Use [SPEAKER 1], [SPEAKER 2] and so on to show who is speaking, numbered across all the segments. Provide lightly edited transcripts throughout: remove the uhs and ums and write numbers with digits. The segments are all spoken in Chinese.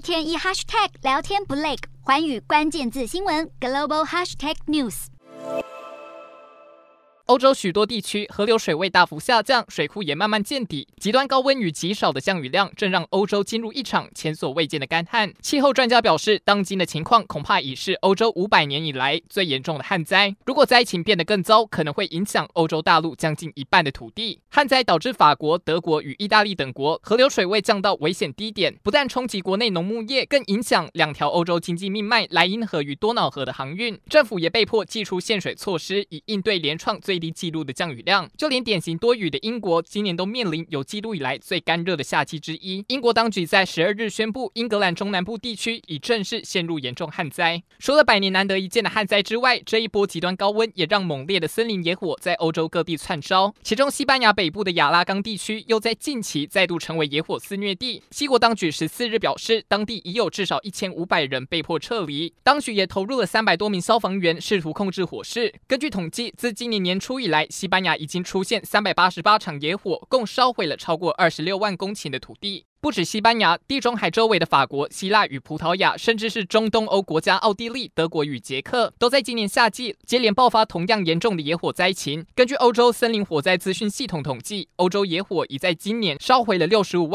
[SPEAKER 1] 天一 hashtag 聊天不累，寰宇关键字新闻 global hashtag news。
[SPEAKER 2] 欧洲许多地区河流水位大幅下降，水库也慢慢见底。极端高温与极少的降雨量，正让欧洲进入一场前所未见的干旱。气候专家表示，当今的情况恐怕已是欧洲500年以来最严重的旱灾。如果灾情变得更糟，可能会影响欧洲大陆将近一半的土地。旱灾导致法国、德国与意大利等国河流水位降到危险低点，不但冲击国内农牧业，更影响2条欧洲经济命脉莱茵河与多瑙河的航运。政府也被迫祭出限水措施，以应对连创最低纪录的降雨量。就连典型多雨的英国，今年都面临有记录以来最干热的夏季之一。英国当局在12日宣布，英格兰中南部地区已正式陷入严重旱灾。除了100年难得一见的旱灾之外，这一波极端高温也让猛烈的森林野火在欧洲各地窜烧。其中西班牙北部的亚拉冈地区又在近期再度成为野火肆虐地。西国当局14日表示，当地已有至少1500人被迫撤离。当局也投入了300多名消防员，试图控制火势。根据统计，自今年年初以来，西班牙已经出现388场野火，共烧毁了超过26万公顷的土地。不止西班牙，地中海周围的法国、希腊与葡萄牙，甚至是中东欧国家奥地利、德国与捷克，都在今年夏季接连爆发同样严重的野火灾情。根据欧洲森林火灾资讯系统统计，欧洲野火已在今年烧毁了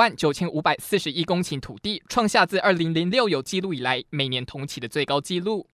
[SPEAKER 2] 659541公顷土地，创下自2006有记录以来每年同期的最高纪录。